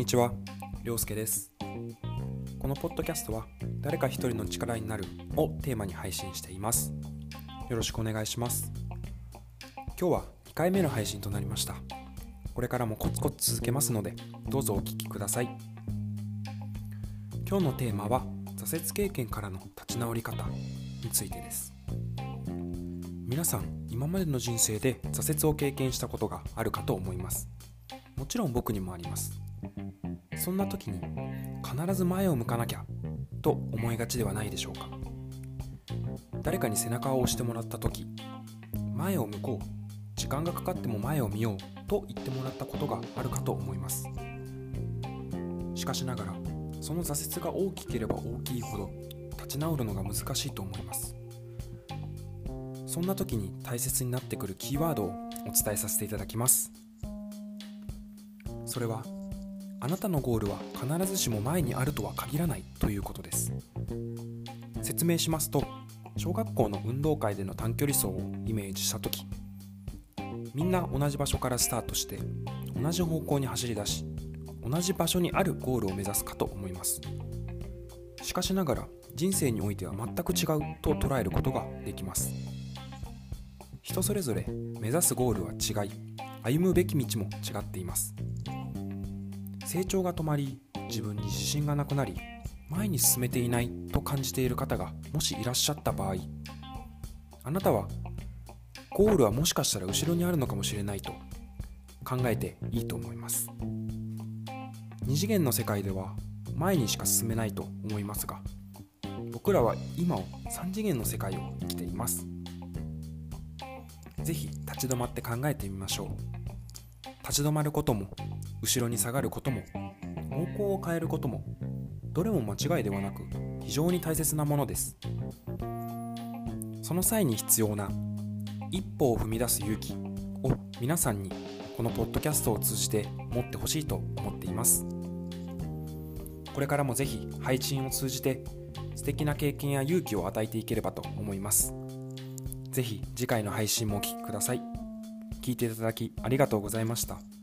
にちは、りょうすけです。このポッドキャストは誰か一人の力になるをテーマに配信しています。よろしくお願いします。今日は2回目の配信となりました。これからもコツコツ続けますので、どうぞお聞きください。今日のテーマは挫折経験からの立ち直り方についてです。皆さん、今までの人生で挫折を経験したことがあるかと思います。もちろん僕にもあります。そんな時に必ず前を向かなきゃと思いがちではないでしょうか。誰かに背中を押してもらった時、前を向こう、時間がかかっても前を見ようと言ってもらったことがあるかと思います。しかしながら、その挫折が大きければ大きいほど立ち直るのが難しいと思います。そんな時に大切になってくるキーワードをお伝えさせていただきます。それは、あなたのゴールは必ずしも前にあるとは限らないということです。説明しますと、小学校の運動会での短距離走をイメージしたとき、みんな同じ場所からスタートして同じ方向に走り出し、同じ場所にあるゴールを目指すかと思います。しかしながら人生においては全く違うと捉えることができます。人それぞれ目指すゴールは違い、歩むべき道も違っています。成長が止まり、自分に自信がなくなり、前に進めていないと感じている方がもしいらっしゃった場合、あなたはゴールはもしかしたら後ろにあるのかもしれないと考えていいと思います。二次元の世界では前にしか進めないと思いますが、僕らは今を三次元の世界を生きています。ぜひ立ち止まって考えてみましょう。立ち止まることも、後ろに下がることも、方向を変えることも、どれも間違いではなく非常に大切なものです。その際に必要な一歩を踏み出す勇気を皆さんにこのポッドキャストを通じて持ってほしいと思っています。これからもぜひ配信を通じて素敵な経験や勇気を与えていければと思います。ぜひ次回の配信もお聞きください。聞いていただきありがとうございました。